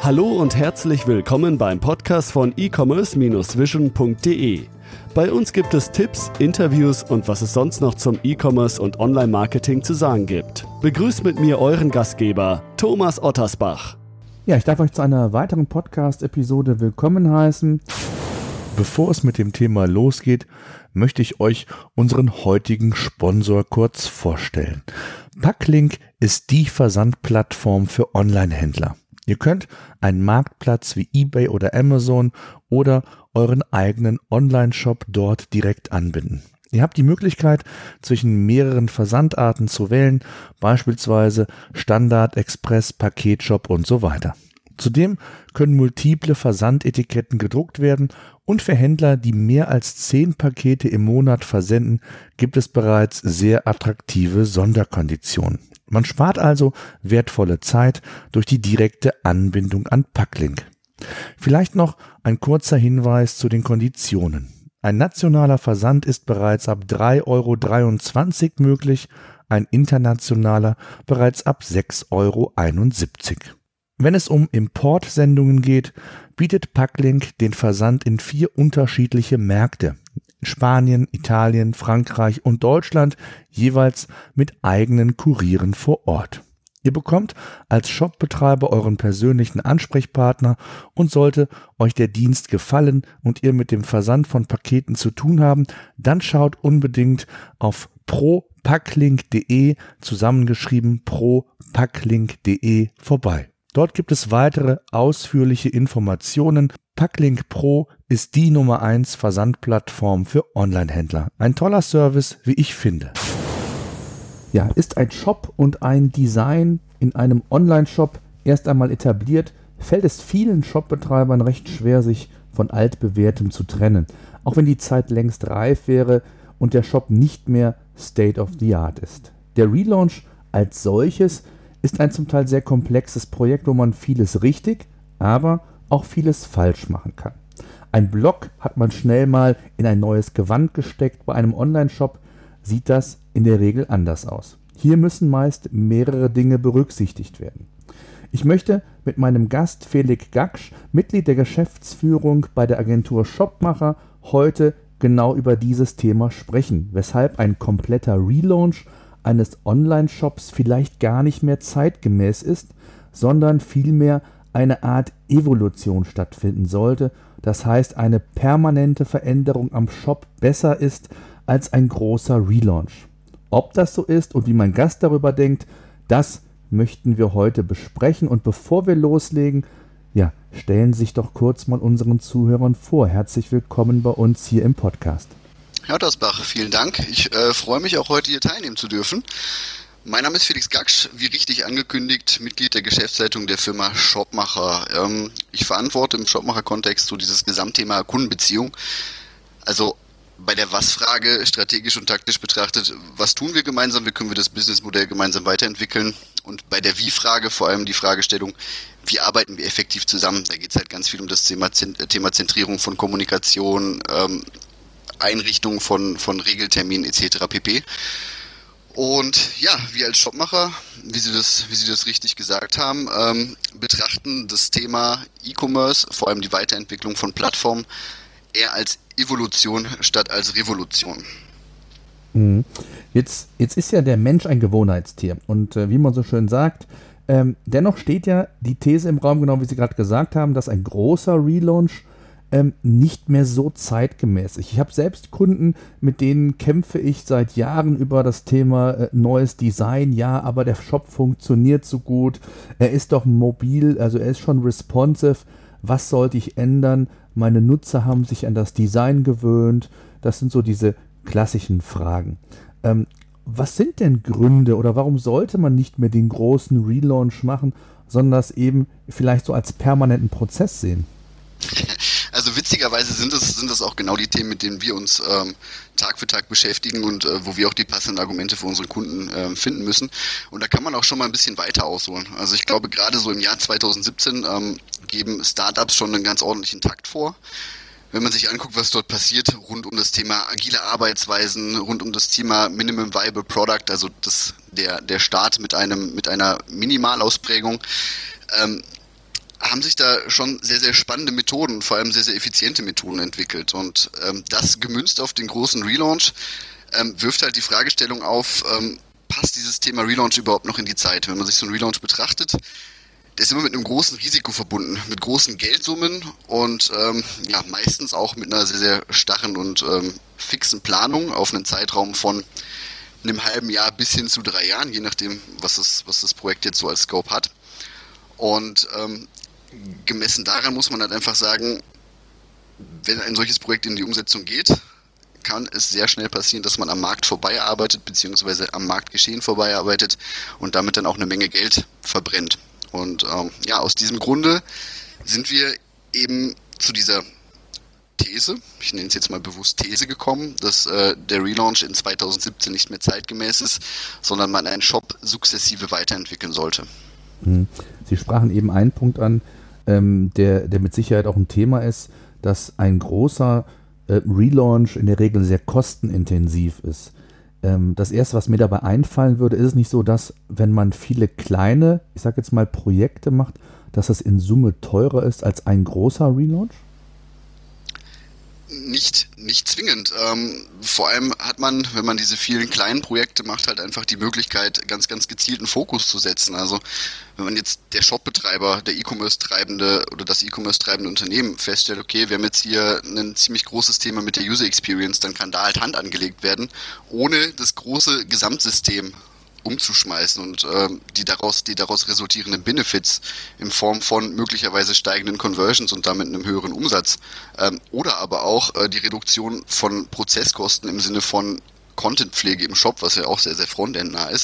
Hallo und herzlich willkommen beim Podcast von e-commerce-vision.de. Bei uns gibt es Tipps, Interviews und was es sonst noch zum E-Commerce und Online-Marketing zu sagen gibt. Begrüßt mit mir euren Gastgeber, Thomas Ottersbach. Ja, ich darf euch zu einer weiteren Podcast-Episode willkommen heißen. Bevor es mit dem Thema losgeht, möchte ich euch unseren heutigen Sponsor kurz vorstellen. Packlink ist die Versandplattform für Online-Händler. Ihr könnt einen Marktplatz wie eBay oder Amazon oder euren eigenen Online-Shop dort direkt anbinden. Ihr habt die Möglichkeit, zwischen mehreren Versandarten zu wählen, beispielsweise Standard, Express, Paketshop und so weiter. Zudem können multiple Versandetiketten gedruckt werden und für Händler, die mehr als 10 Pakete im Monat versenden, gibt es bereits sehr attraktive Sonderkonditionen. Man spart also wertvolle Zeit durch die direkte Anbindung an Packlink. Vielleicht noch ein kurzer Hinweis zu den Konditionen. Ein nationaler Versand ist bereits ab 3,23 € möglich, ein internationaler bereits ab 6,71 €. Wenn es um Importsendungen geht, bietet Packlink den Versand in 4 unterschiedliche Märkte. Spanien, Italien, Frankreich und Deutschland, jeweils mit eigenen Kurieren vor Ort. Ihr bekommt als Shopbetreiber euren persönlichen Ansprechpartner und sollte euch der Dienst gefallen und ihr mit dem Versand von Paketen zu tun haben, dann schaut unbedingt auf propacklink.de, zusammengeschrieben propacklink.de vorbei. Dort gibt es weitere ausführliche Informationen. Packlink Pro ist die Nummer 1 Versandplattform für Online-Händler. Ein toller Service, wie ich finde. Ja, ist ein Shop und ein Design in einem Online-Shop erst einmal etabliert, fällt es vielen Shopbetreibern recht schwer, sich von altbewährtem zu trennen. Auch wenn die Zeit längst reif wäre und der Shop nicht mehr State of the Art ist. Der Relaunch als solches ist ein zum Teil sehr komplexes Projekt, wo man vieles richtig, aber auch vieles falsch machen kann. Ein Blog hat man schnell mal in ein neues Gewand gesteckt. Bei einem Online-Shop sieht das in der Regel anders aus. Hier müssen meist mehrere Dinge berücksichtigt werden. Ich möchte mit meinem Gast Felix Gaksch, Mitglied der Geschäftsführung bei der Agentur Shopmacher, heute genau über dieses Thema sprechen, weshalb ein kompletter Relaunch eines Online-Shops vielleicht gar nicht mehr zeitgemäß ist, sondern vielmehr eine Art Evolution stattfinden sollte. Das heißt, eine permanente Veränderung am Shop besser ist als ein großer Relaunch. Ob das so ist und wie mein Gast darüber denkt, das möchten wir heute besprechen. Und bevor wir loslegen, ja, stellen Sie sich doch kurz mal unseren Zuhörern vor. Herzlich willkommen bei uns hier im Podcast. Herr Ottersbach, vielen Dank. Ich freue mich auch heute hier teilnehmen zu dürfen. Mein Name ist Felix Gaksch, wie richtig angekündigt, Mitglied der Geschäftsleitung der Firma Shopmacher. Ich verantworte im Shopmacher-Kontext so dieses Gesamtthema Kundenbeziehung. Also bei der Was-Frage, strategisch und taktisch betrachtet, was tun wir gemeinsam, wie können wir das Businessmodell gemeinsam weiterentwickeln? Und bei der Wie-Frage vor allem die Fragestellung, wie arbeiten wir effektiv zusammen? Da geht es halt ganz viel um das Thema Zentrierung von Kommunikation, Einrichtung von Regelterminen etc. pp. Und ja, wir als Shopmacher, wie Sie das richtig gesagt haben, betrachten das Thema E-Commerce, vor allem die Weiterentwicklung von Plattformen, eher als Evolution statt als Revolution. Jetzt ist ja der Mensch ein Gewohnheitstier und wie man so schön sagt, dennoch steht ja die These im Raum, genau wie Sie gerade gesagt haben, dass ein großer Relaunch nicht mehr so zeitgemäß ist. Ich habe selbst Kunden, mit denen kämpfe ich seit Jahren über das Thema neues Design. Ja, aber der Shop funktioniert so gut. Er ist doch mobil, also er ist schon responsive. Was sollte ich ändern? Meine Nutzer haben sich an das Design gewöhnt. Das sind so diese klassischen Fragen. Was sind denn Gründe oder warum sollte man nicht mehr den großen Relaunch machen, sondern das eben vielleicht so als permanenten Prozess sehen? Also witzigerweise sind das auch genau die Themen, mit denen wir uns Tag für Tag beschäftigen und wo wir auch die passenden Argumente für unsere Kunden finden müssen. Und da kann man auch schon mal ein bisschen weiter ausholen. Also ich glaube, gerade so im Jahr 2017 geben Startups schon einen ganz ordentlichen Takt vor. Wenn man sich anguckt, was dort passiert rund um das Thema agile Arbeitsweisen, rund um das Thema Minimum Viable Product, also der Start mit einer Minimalausprägung, haben sich da schon sehr, sehr spannende Methoden, vor allem sehr, sehr effiziente Methoden entwickelt. Und das gemünzt auf den großen Relaunch wirft halt die Fragestellung auf, passt dieses Thema Relaunch überhaupt noch in die Zeit? Wenn man sich so einen Relaunch betrachtet, der ist immer mit einem großen Risiko verbunden, mit großen Geldsummen und meistens auch mit einer sehr, sehr starren und fixen Planung auf einen Zeitraum von einem halben Jahr bis hin zu 3 Jahren, je nachdem, was das Projekt jetzt so als Scope hat. Und gemessen daran muss man halt einfach sagen, wenn ein solches Projekt in die Umsetzung geht, kann es sehr schnell passieren, dass man am Markt vorbeiarbeitet, beziehungsweise am Marktgeschehen vorbeiarbeitet und damit dann auch eine Menge Geld verbrennt. Und aus diesem Grunde sind wir eben zu dieser These, ich nenne es jetzt mal bewusst These gekommen, dass der Relaunch in 2017 nicht mehr zeitgemäß ist, sondern man einen Shop sukzessive weiterentwickeln sollte. Sie sprachen eben einen Punkt an, der mit Sicherheit auch ein Thema ist, dass ein großer Relaunch in der Regel sehr kostenintensiv ist. Das erste, was mir dabei einfallen würde, ist es nicht so, dass wenn man viele kleine, ich sage jetzt mal Projekte macht, dass das in Summe teurer ist als ein großer Relaunch? Nicht zwingend. Vor allem hat man, wenn man diese vielen kleinen Projekte macht, halt einfach die Möglichkeit, ganz, ganz gezielten Fokus zu setzen. Also wenn man jetzt der Shopbetreiber, der E-Commerce-Treibende oder das E-Commerce-treibende Unternehmen feststellt, okay, wir haben jetzt hier ein ziemlich großes Thema mit der User Experience, dann kann da halt Hand angelegt werden, ohne das große Gesamtsystem umzuschmeißen und die daraus resultierenden Benefits in Form von möglicherweise steigenden Conversions und damit einem höheren Umsatz oder aber auch die Reduktion von Prozesskosten im Sinne von Contentpflege im Shop, was ja auch sehr, sehr frontendnah ist,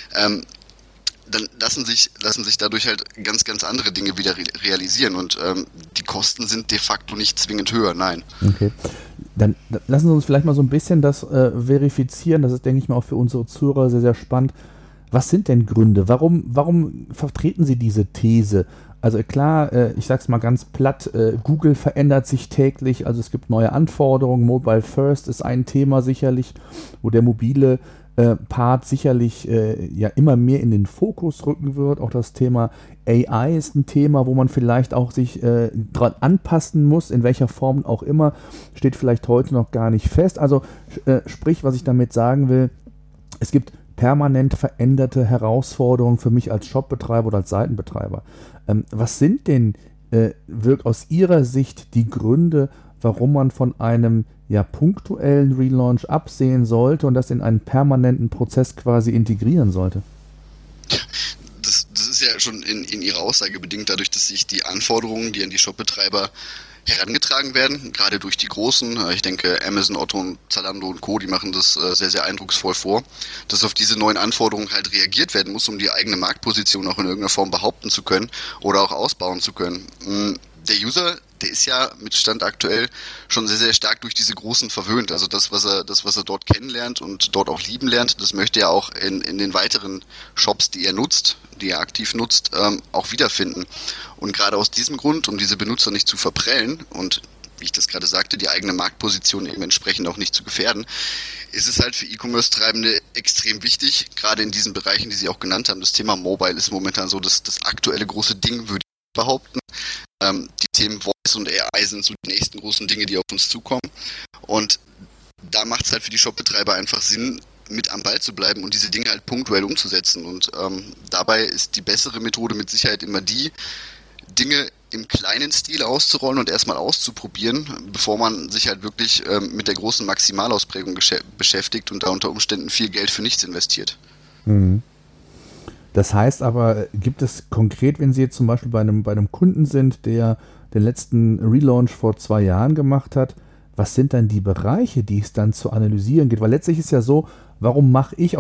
dann lassen sich dadurch halt ganz, ganz andere Dinge wieder realisieren und die Kosten sind de facto nicht zwingend höher, nein. Okay. Dann lassen Sie uns vielleicht mal so ein bisschen das verifizieren. Das ist, denke ich mal, auch für unsere Zuhörer sehr, sehr spannend. Was sind denn Gründe? Warum vertreten Sie diese These? Also klar, ich sage es mal ganz platt, Google verändert sich täglich, also es gibt neue Anforderungen. Mobile First ist ein Thema sicherlich, wo der mobile Part sicherlich immer mehr in den Fokus rücken wird. Auch das Thema AI ist ein Thema, wo man vielleicht auch sich dran anpassen muss, in welcher Form auch immer, steht vielleicht heute noch gar nicht fest. Also sprich, was ich damit sagen will, es gibt permanent veränderte Herausforderungen für mich als Shopbetreiber oder als Seitenbetreiber. Was sind denn aus Ihrer Sicht die Gründe, warum man von einem punktuellen Relaunch absehen sollte und das in einen permanenten Prozess quasi integrieren sollte? Das ist ja schon in Ihrer Aussage bedingt, dadurch, dass sich die Anforderungen, die an die Shopbetreiber herangetragen werden, gerade durch die Großen, ich denke Amazon, Otto und Zalando und Co., die machen das sehr, sehr eindrucksvoll vor, dass auf diese neuen Anforderungen halt reagiert werden muss, um die eigene Marktposition auch in irgendeiner Form behaupten zu können oder auch ausbauen zu können. Der User, der ist ja mit Stand aktuell schon sehr, sehr stark durch diese Großen verwöhnt. Also das, was er dort kennenlernt und dort auch lieben lernt, das möchte er auch in den weiteren Shops, die er aktiv nutzt, auch wiederfinden. Und gerade aus diesem Grund, um diese Benutzer nicht zu verprellen und, wie ich das gerade sagte, die eigene Marktposition eben entsprechend auch nicht zu gefährden, ist es halt für E-Commerce-Treibende extrem wichtig, gerade in diesen Bereichen, die Sie auch genannt haben. Das Thema Mobile ist momentan so das aktuelle große Ding, würde ich behaupten. Die Themen Voice und AI sind so die nächsten großen Dinge, die auf uns zukommen. Und da macht es halt für die Shopbetreiber einfach Sinn, mit am Ball zu bleiben und diese Dinge halt punktuell umzusetzen. Und dabei ist die bessere Methode mit Sicherheit immer die, Dinge im kleinen Stil auszurollen und erstmal auszuprobieren, bevor man sich halt wirklich mit der großen Maximalausprägung beschäftigt und da unter Umständen viel Geld für nichts investiert. Mhm. Das heißt aber, gibt es konkret, wenn Sie jetzt zum Beispiel bei einem Kunden sind, der den letzten Relaunch vor 2 Jahren gemacht hat, was sind dann die Bereiche, die es dann zu analysieren geht? Weil letztlich ist ja so, wann mache ich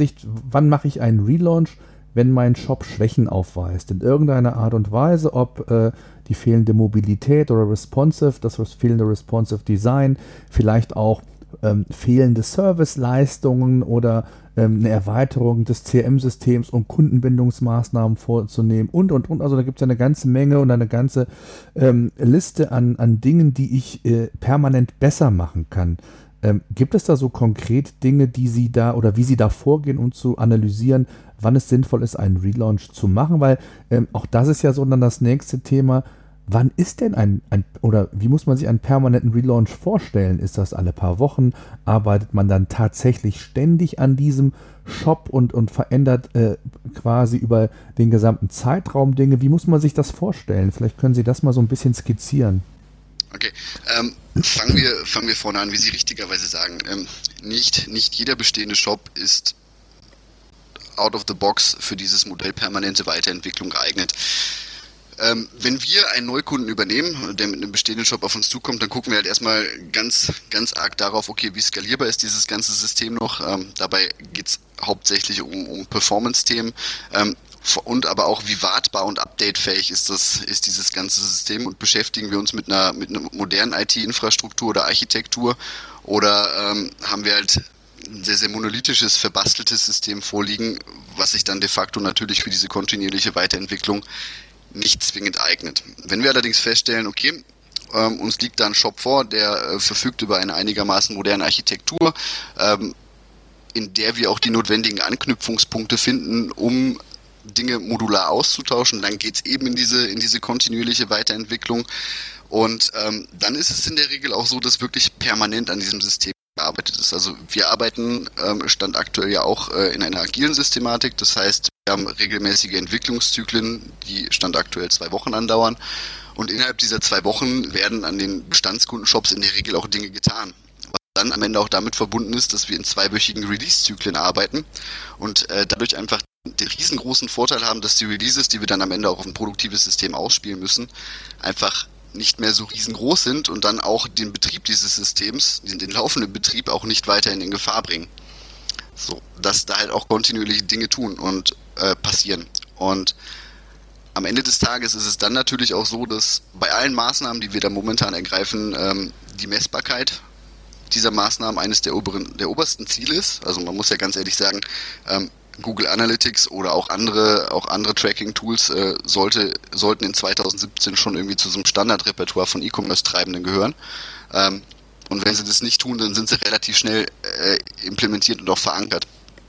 einen Relaunch, wenn mein Shop Schwächen aufweist? In irgendeiner Art und Weise, ob die fehlende Mobilität oder das fehlende responsive Design, vielleicht auch fehlende Serviceleistungen oder eine Erweiterung des CRM-Systems, um Kundenbindungsmaßnahmen vorzunehmen und. Also da gibt es ja eine ganze Menge und eine ganze Liste an Dingen, die ich permanent besser machen kann. Gibt es da so konkret Dinge, die Sie da oder wie Sie da vorgehen, um zu analysieren, wann es sinnvoll ist, einen Relaunch zu machen, weil auch das ist ja so dann das nächste Thema. Wann ist denn oder wie muss man sich einen permanenten Relaunch vorstellen? Ist das alle paar Wochen? Arbeitet man dann tatsächlich ständig an diesem Shop und verändert quasi über den gesamten Zeitraum Dinge? Wie muss man sich das vorstellen? Vielleicht können Sie das mal so ein bisschen skizzieren. Okay, fangen wir vorne an, wie Sie richtigerweise sagen. Nicht jeder bestehende Shop ist out of the box für dieses Modell permanente Weiterentwicklung geeignet. Wenn wir einen Neukunden übernehmen, der mit einem bestehenden Shop auf uns zukommt, dann gucken wir halt erstmal ganz arg darauf, okay, wie skalierbar ist dieses ganze System noch. Dabei geht es hauptsächlich um Performance-Themen und aber auch, wie wartbar und updatefähig ist dieses ganze System, und beschäftigen wir uns mit einer modernen IT-Infrastruktur oder Architektur, oder haben wir halt ein sehr, sehr monolithisches, verbasteltes System vorliegen, was sich dann de facto natürlich für diese kontinuierliche Weiterentwicklung nicht zwingend eignet. Wenn wir allerdings feststellen, okay, uns liegt da ein Shop vor, der verfügt über eine einigermaßen moderne Architektur, in der wir auch die notwendigen Anknüpfungspunkte finden, um Dinge modular auszutauschen, dann geht es eben in diese kontinuierliche Weiterentwicklung, und dann ist es in der Regel auch so, dass wirklich permanent an diesem System gearbeitet ist. Also wir arbeiten Stand aktuell ja auch in einer agilen Systematik, das heißt, wir haben regelmäßige Entwicklungszyklen, die Stand aktuell 2 Wochen andauern, und innerhalb dieser 2 Wochen werden an den Bestandskundenshops in der Regel auch Dinge getan, was dann am Ende auch damit verbunden ist, dass wir in 2-wöchigen Release-Zyklen arbeiten und dadurch einfach den riesengroßen Vorteil haben, dass die Releases, die wir dann am Ende auch auf ein produktives System ausspielen müssen, einfach nicht mehr so riesengroß sind und dann auch den Betrieb dieses Systems, den laufenden Betrieb auch nicht weiter in Gefahr bringen. So, dass da halt auch kontinuierliche Dinge tun und passieren. Und am Ende des Tages ist es dann natürlich auch so, dass bei allen Maßnahmen, die wir da momentan ergreifen, die Messbarkeit dieser Maßnahmen eines der obersten Ziele ist. Also man muss ja ganz ehrlich sagen, Google Analytics oder auch andere Tracking-Tools sollten in 2017 schon irgendwie zu so einem Standardrepertoire von E-Commerce-Treibenden gehören. Und wenn sie das nicht tun, dann sind sie relativ schnell implementiert und auch verankert.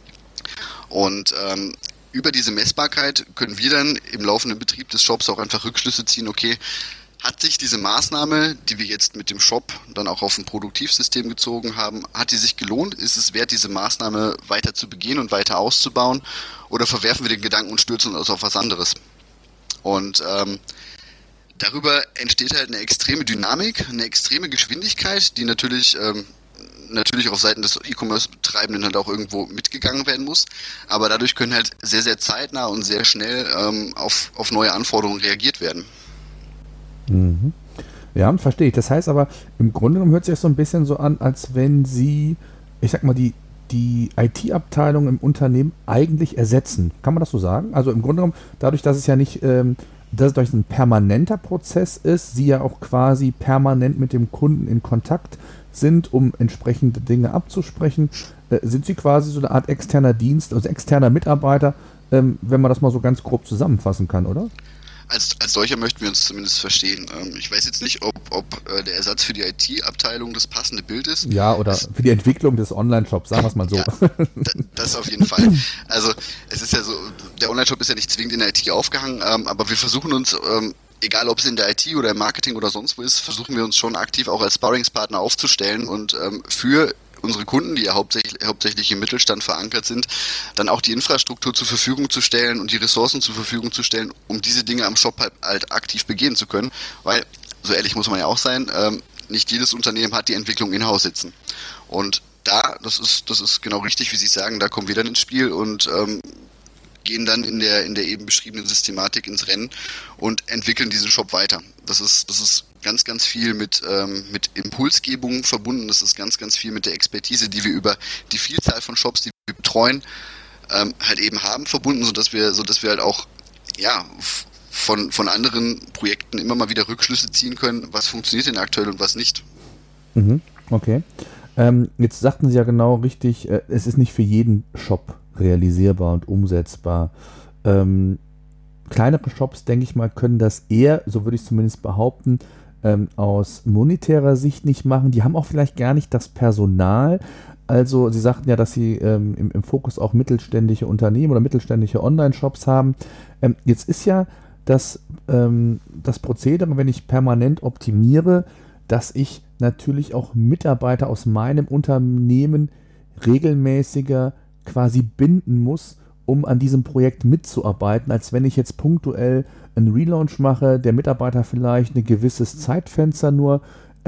Und über diese Messbarkeit können wir dann im laufenden Betrieb des Shops auch einfach Rückschlüsse ziehen, okay, hat sich diese Maßnahme, die wir jetzt mit dem Shop dann auch auf ein Produktivsystem gezogen haben, hat die sich gelohnt? Ist es wert, diese Maßnahme weiter zu begehen und weiter auszubauen? Oder verwerfen wir den Gedanken und stürzen uns auf was anderes? Und darüber entsteht halt eine extreme Dynamik, eine extreme Geschwindigkeit, die natürlich auf Seiten des E-Commerce-Betreibenden halt auch irgendwo mitgegangen werden muss. Aber dadurch können halt sehr, sehr zeitnah und sehr schnell auf neue Anforderungen reagiert werden. Mhm. Ja, verstehe ich. Das heißt aber, im Grunde genommen hört sich das so ein bisschen so an, als wenn Sie, ich sag mal, die IT-Abteilung im Unternehmen eigentlich ersetzen. Kann man das so sagen? Also im Grunde genommen, dadurch, dass es ja nicht, dass es durch ein permanenter Prozess ist, Sie ja auch quasi permanent mit dem Kunden in Kontakt sind, um entsprechende Dinge abzusprechen, sind Sie quasi so eine Art externer Dienst, also externer Mitarbeiter, wenn man das mal so ganz grob zusammenfassen kann, oder? Als solcher möchten wir uns zumindest verstehen. Ich weiß jetzt nicht, ob der Ersatz für die IT-Abteilung das passende Bild ist. Ja, oder für die Entwicklung des Online-Shops, sagen wir es mal so. Ja, das auf jeden Fall. Also es ist ja so, der Online-Shop ist ja nicht zwingend in der IT aufgehangen, aber wir versuchen uns, egal ob es in der IT oder im Marketing oder sonst wo ist, versuchen wir uns schon aktiv auch als Sparringspartner aufzustellen und für unsere Kunden, die ja hauptsächlich im Mittelstand verankert sind, dann auch die Infrastruktur zur Verfügung zu stellen und die Ressourcen zur Verfügung zu stellen, um diese Dinge am Shop halt aktiv begehen zu können. Weil, so ehrlich muss man ja auch sein, nicht jedes Unternehmen hat die Entwicklung in-house sitzen. Und das ist genau richtig, wie Sie sagen, da kommen wir dann ins Spiel und gehen dann in der eben beschriebenen Systematik ins Rennen und entwickeln diesen Shop weiter. Das ist ganz, ganz viel mit Impulsgebung verbunden. Das ist ganz, ganz viel mit der Expertise, die wir über die Vielzahl von Shops, die wir betreuen, halt eben haben, verbunden, sodass wir halt auch von anderen Projekten immer mal wieder Rückschlüsse ziehen können, was funktioniert denn aktuell und was nicht. Okay. Jetzt sagten Sie ja genau richtig, es ist nicht für jeden Shop realisierbar und umsetzbar. Kleinere Shops, denke ich mal, können das eher, so würde ich zumindest behaupten, aus monetärer Sicht nicht machen. Die haben auch vielleicht gar nicht das Personal, Also Sie sagten ja, dass Sie im Fokus auch mittelständische Unternehmen oder mittelständische Online-Shops haben. Jetzt ist ja das Prozedere, wenn ich permanent optimiere, dass ich natürlich auch Mitarbeiter aus meinem Unternehmen regelmäßiger quasi binden muss, um an diesem Projekt mitzuarbeiten, als wenn ich jetzt punktuell einen Relaunch mache, der Mitarbeiter vielleicht ein gewisses Zeitfenster nur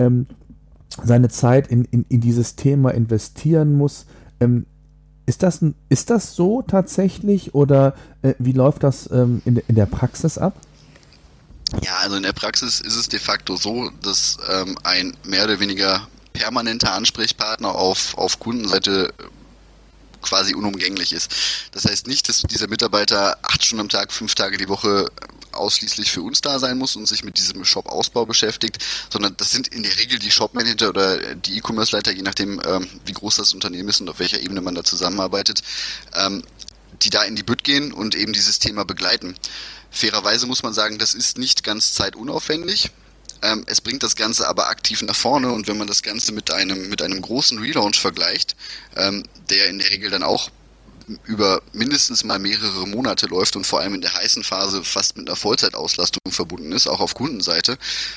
seine Zeit in dieses Thema investieren muss. Ist das so tatsächlich oder wie läuft das in der Praxis ab? Ja, also in der Praxis ist es de facto so, dass ein mehr oder weniger permanenter Ansprechpartner auf Kundenseite quasi unumgänglich ist. Das heißt nicht, dass dieser Mitarbeiter 8 Stunden am Tag, 5 Tage die Woche ausschließlich für uns da sein muss und sich mit diesem Shop-Ausbau beschäftigt, sondern das sind in der Regel die Shop-Manager oder die E-Commerce-Leiter, je nachdem, wie groß das Unternehmen ist und auf welcher Ebene man da zusammenarbeitet, die da in die Bütt gehen und eben dieses Thema begleiten. Fairerweise muss man sagen, das ist nicht ganz zeitunaufwendig. Es bringt das Ganze aber aktiv nach vorne und wenn man das Ganze mit einem großen Relaunch vergleicht, der in der Regel dann auch über mindestens mal mehrere Monate läuft und vor allem in der heißen Phase fast mit einer Vollzeitauslastung verbunden ist, auch auf Kundenseite,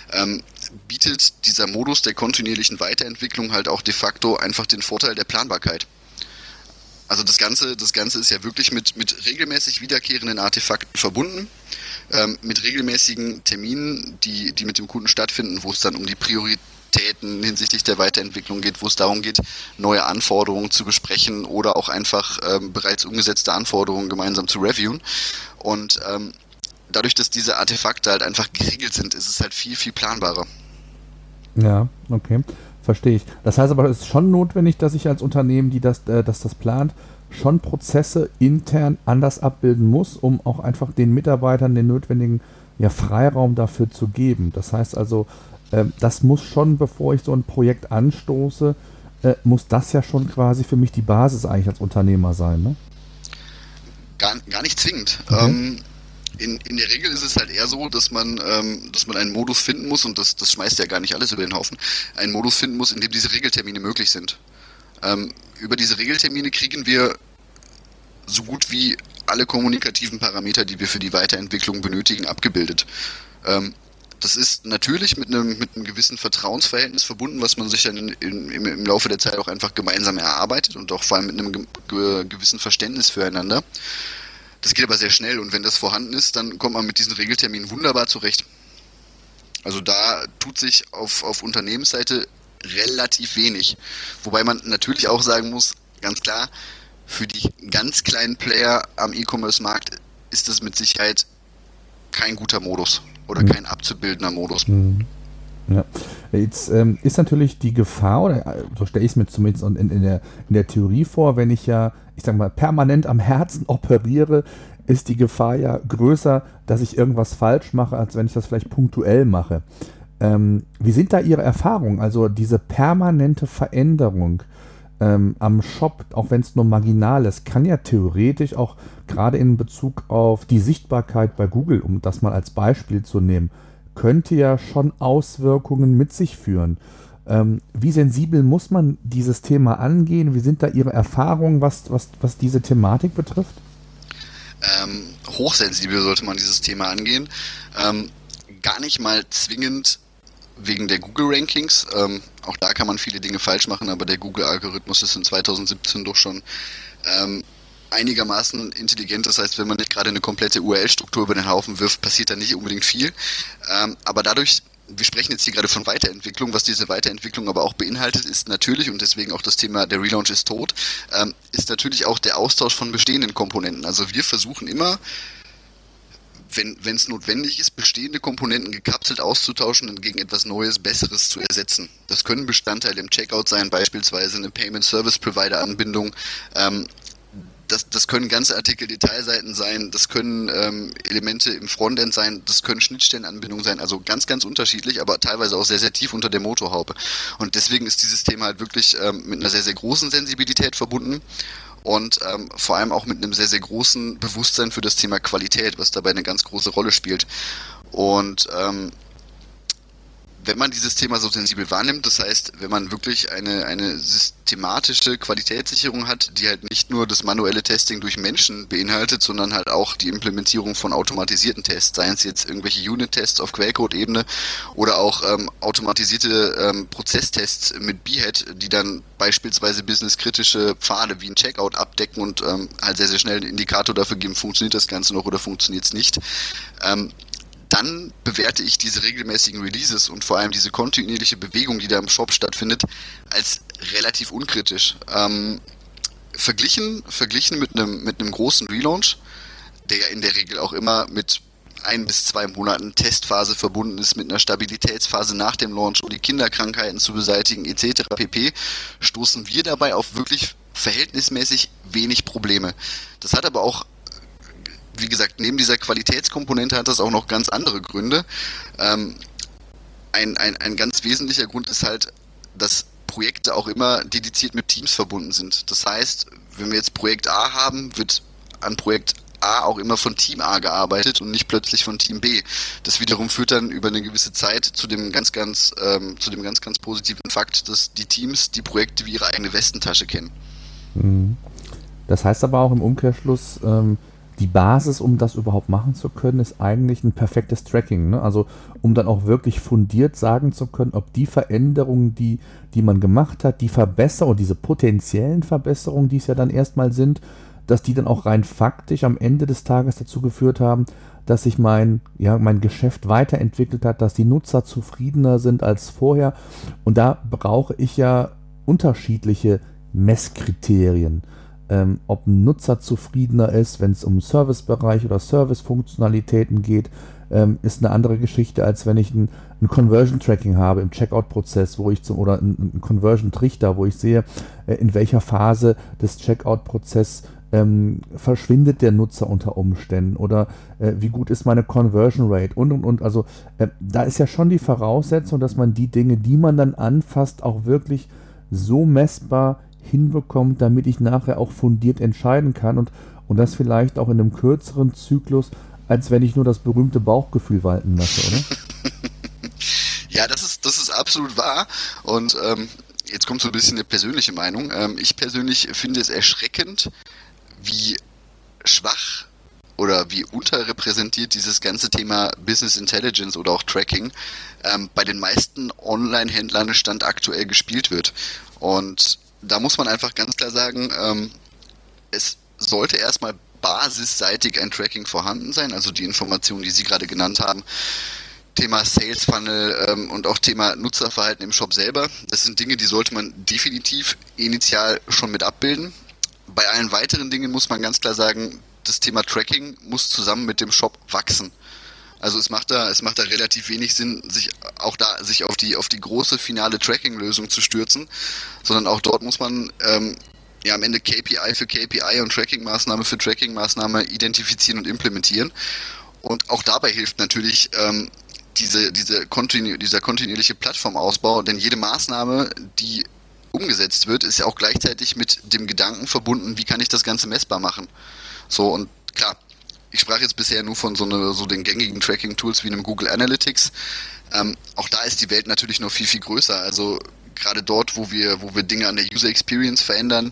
bietet dieser Modus der kontinuierlichen Weiterentwicklung halt auch de facto einfach den Vorteil der Planbarkeit. Also das Ganze ist ja wirklich mit regelmäßig wiederkehrenden Artefakten verbunden, mit regelmäßigen Terminen, die mit dem Kunden stattfinden, wo es dann um die Prioritäten hinsichtlich der Weiterentwicklung geht, wo es darum geht, neue Anforderungen zu besprechen oder auch einfach bereits umgesetzte Anforderungen gemeinsam zu reviewen. Und dadurch, dass diese Artefakte halt einfach geregelt sind, ist es halt viel, viel planbarer. Ja, okay. Verstehe ich. Das heißt aber, es ist schon notwendig, dass ich als Unternehmen, das plant, schon Prozesse intern anders abbilden muss, um auch einfach den Mitarbeitern den notwendigen Freiraum dafür zu geben. Das heißt also, das muss schon, bevor ich so ein Projekt anstoße, muss das ja schon quasi für mich die Basis eigentlich als Unternehmer sein, ne? Gar nicht zwingend. Okay. In der Regel ist es halt eher so, dass man einen Modus finden muss, und das schmeißt ja gar nicht alles über den Haufen, einen Modus finden muss, in dem diese Regeltermine möglich sind. Über diese Regeltermine kriegen wir so gut wie alle kommunikativen Parameter, die wir für die Weiterentwicklung benötigen, abgebildet. Das ist natürlich mit einem gewissen Vertrauensverhältnis verbunden, was man sich dann im Laufe der Zeit auch einfach gemeinsam erarbeitet und auch vor allem mit einem gewissen Verständnis füreinander. Das geht aber sehr schnell und wenn das vorhanden ist, dann kommt man mit diesen Regelterminen wunderbar zurecht. Also da tut sich auf Unternehmensseite relativ wenig. Wobei man natürlich auch sagen muss, ganz klar, für die ganz kleinen Player am E-Commerce-Markt ist das mit Sicherheit kein guter Modus oder kein abzubildender Modus. Ja. Jetzt ist natürlich die Gefahr, oder so stelle ich es mir zumindest in der Theorie vor, wenn ich permanent am Herzen operiere, ist die Gefahr ja größer, dass ich irgendwas falsch mache, als wenn ich das vielleicht punktuell mache. Wie sind da Ihre Erfahrungen? Also diese permanente Veränderung am Shop, auch wenn es nur marginal ist, kann ja theoretisch auch gerade in Bezug auf die Sichtbarkeit bei Google, um das mal als Beispiel zu nehmen, könnte ja schon Auswirkungen mit sich führen. Wie sensibel muss man dieses Thema angehen? Wie sind da Ihre Erfahrungen, was diese Thematik betrifft? Hochsensibel sollte man dieses Thema angehen. Gar nicht mal zwingend wegen der Google-Rankings. Auch da kann man viele Dinge falsch machen, aber der Google-Algorithmus ist in 2017 doch schon einigermaßen intelligent. Das heißt, wenn man nicht gerade eine komplette URL-Struktur über den Haufen wirft, passiert da nicht unbedingt viel. Aber dadurch, wir sprechen jetzt hier gerade von Weiterentwicklung, was diese Weiterentwicklung aber auch beinhaltet, ist natürlich, und deswegen auch das Thema der Relaunch ist tot, ist natürlich auch der Austausch von bestehenden Komponenten. Also wir versuchen immer, wenn es notwendig ist, bestehende Komponenten gekapselt auszutauschen und gegen etwas Neues, Besseres zu ersetzen. Das können Bestandteile im Checkout sein, beispielsweise eine Payment-Service-Provider-Anbindung. Das können ganze Artikel-Detailseiten sein, das können Elemente im Frontend sein, das können Schnittstellenanbindungen sein, also ganz, ganz unterschiedlich, aber teilweise auch sehr, sehr tief unter der Motorhaube. Und deswegen ist dieses Thema halt wirklich mit einer sehr, sehr großen Sensibilität verbunden und vor allem auch mit einem sehr, sehr großen Bewusstsein für das Thema Qualität, was dabei eine ganz große Rolle spielt. Und wenn man dieses Thema so sensibel wahrnimmt, das heißt, wenn man wirklich eine systematische Qualitätssicherung hat, die halt nicht nur das manuelle Testing durch Menschen beinhaltet, sondern halt auch die Implementierung von automatisierten Tests, seien es jetzt irgendwelche Unit-Tests auf Quellcode-Ebene oder auch automatisierte Prozesstests mit Behead, die dann beispielsweise businesskritische Pfade wie ein Checkout abdecken und halt sehr, sehr schnell einen Indikator dafür geben, funktioniert das Ganze noch oder funktioniert es nicht. Dann bewerte ich diese regelmäßigen Releases und vor allem diese kontinuierliche Bewegung, die da im Shop stattfindet, als relativ unkritisch. Verglichen mit einem großen Relaunch, der ja in der Regel auch immer mit 1 bis 2 Monaten Testphase verbunden ist, mit einer Stabilitätsphase nach dem Launch, um die Kinderkrankheiten zu beseitigen etc. pp., stoßen wir dabei auf wirklich verhältnismäßig wenig Probleme. Das hat aber auch, wie gesagt, neben dieser Qualitätskomponente hat das auch noch ganz andere Gründe. Ein ganz wesentlicher Grund ist halt, dass Projekte auch immer dediziert mit Teams verbunden sind. Das heißt, wenn wir jetzt Projekt A haben, wird an Projekt A auch immer von Team A gearbeitet und nicht plötzlich von Team B. Das wiederum führt dann über eine gewisse Zeit zu dem ganz positiven Fakt, dass die Teams die Projekte wie ihre eigene Westentasche kennen. Das heißt aber auch im Umkehrschluss, die Basis, um das überhaupt machen zu können, ist eigentlich ein perfektes Tracking, ne? Also um dann auch wirklich fundiert sagen zu können, ob die Veränderungen, die man gemacht hat, die Verbesserungen, diese potenziellen Verbesserungen, die es ja dann erstmal sind, dass die dann auch rein faktisch am Ende des Tages dazu geführt haben, dass sich mein Geschäft weiterentwickelt hat, dass die Nutzer zufriedener sind als vorher. Und da brauche ich ja unterschiedliche Messkriterien. Ob ein Nutzer zufriedener ist, wenn es um Servicebereich oder Servicefunktionalitäten geht, ist eine andere Geschichte, als wenn ich ein Conversion-Tracking habe im Checkout-Prozess, oder ein Conversion-Trichter, wo ich sehe, in welcher Phase des Checkout-Prozesses verschwindet der Nutzer unter Umständen oder wie gut ist meine Conversion Rate und. Also da ist ja schon die Voraussetzung, dass man die Dinge, die man dann anfasst, auch wirklich so messbar hinbekommt, damit ich nachher auch fundiert entscheiden kann und das vielleicht auch in einem kürzeren Zyklus, als wenn ich nur das berühmte Bauchgefühl walten lasse, oder? Ja, das ist absolut wahr und jetzt kommt so ein bisschen eine persönliche Meinung. Ich persönlich finde es erschreckend, wie schwach oder wie unterrepräsentiert dieses ganze Thema Business Intelligence oder auch Tracking bei den meisten Online-Händlern Stand aktuell gespielt wird. Und da muss man einfach ganz klar sagen, es sollte erstmal basisseitig ein Tracking vorhanden sein, also die Informationen, die Sie gerade genannt haben, Thema Sales Funnel und auch Thema Nutzerverhalten im Shop selber. Das sind Dinge, die sollte man definitiv initial schon mit abbilden. Bei allen weiteren Dingen muss man ganz klar sagen, das Thema Tracking muss zusammen mit dem Shop wachsen. Also es macht da relativ wenig Sinn, sich auf die große finale Tracking-Lösung zu stürzen, sondern auch dort muss man am Ende KPI für KPI und Tracking-Maßnahme für Tracking-Maßnahme identifizieren und implementieren. Und auch dabei hilft natürlich dieser kontinuierliche Plattformausbau, denn jede Maßnahme, die umgesetzt wird, ist ja auch gleichzeitig mit dem Gedanken verbunden, wie kann ich das Ganze messbar machen. So, und klar, ich sprach jetzt bisher nur von so den gängigen Tracking-Tools wie einem Google Analytics. Auch da ist die Welt natürlich noch viel, viel größer. Also gerade dort, wo wir Dinge an der User Experience verändern,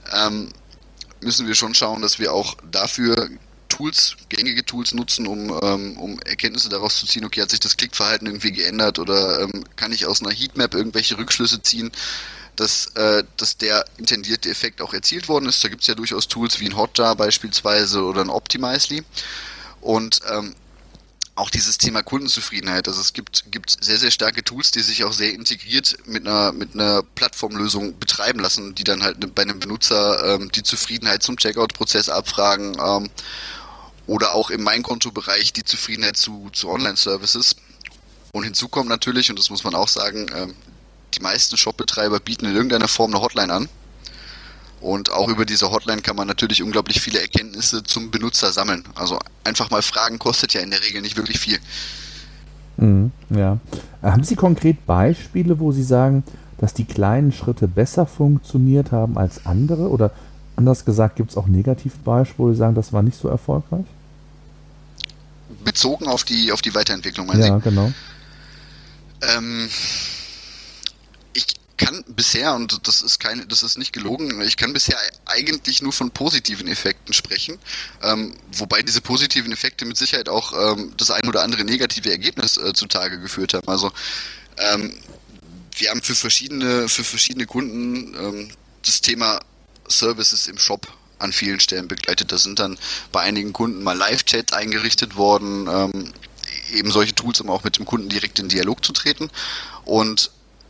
müssen wir schon schauen, dass wir auch dafür gängige Tools nutzen, um Erkenntnisse daraus zu ziehen, okay, hat sich das Klickverhalten irgendwie geändert oder kann ich aus einer Heatmap irgendwelche Rückschlüsse ziehen, dass der intendierte Effekt auch erzielt worden ist. Da gibt es ja durchaus Tools wie ein Hotjar beispielsweise oder ein Optimizely. Und auch dieses Thema Kundenzufriedenheit. Also es gibt sehr, sehr starke Tools, die sich auch sehr integriert mit einer Plattformlösung betreiben lassen, die dann halt bei einem Benutzer die Zufriedenheit zum Checkout-Prozess abfragen oder auch im Mein-Konto-Bereich die Zufriedenheit zu Online-Services. Und hinzu kommt natürlich, und das muss man auch sagen, die meisten Shop-Betreiber bieten in irgendeiner Form eine Hotline an. Und auch über diese Hotline kann man natürlich unglaublich viele Erkenntnisse zum Benutzer sammeln. Also einfach mal fragen kostet ja in der Regel nicht wirklich viel. Ja. Haben Sie konkret Beispiele, wo Sie sagen, dass die kleinen Schritte besser funktioniert haben als andere? Oder anders gesagt, gibt es auch Negativbeispiele, wo Sie sagen, das war nicht so erfolgreich? Bezogen auf die Weiterentwicklung, meinen Sie? Ja, genau. Ich kann bisher, und das ist nicht gelogen, ich kann bisher eigentlich nur von positiven Effekten sprechen, wobei diese positiven Effekte mit Sicherheit auch das ein oder andere negative Ergebnis zutage geführt haben. Also wir haben für verschiedene Kunden das Thema Services im Shop an vielen Stellen begleitet. Da sind dann bei einigen Kunden mal Live-Chats eingerichtet worden, eben solche Tools, um auch mit dem Kunden direkt in Dialog zu treten. Und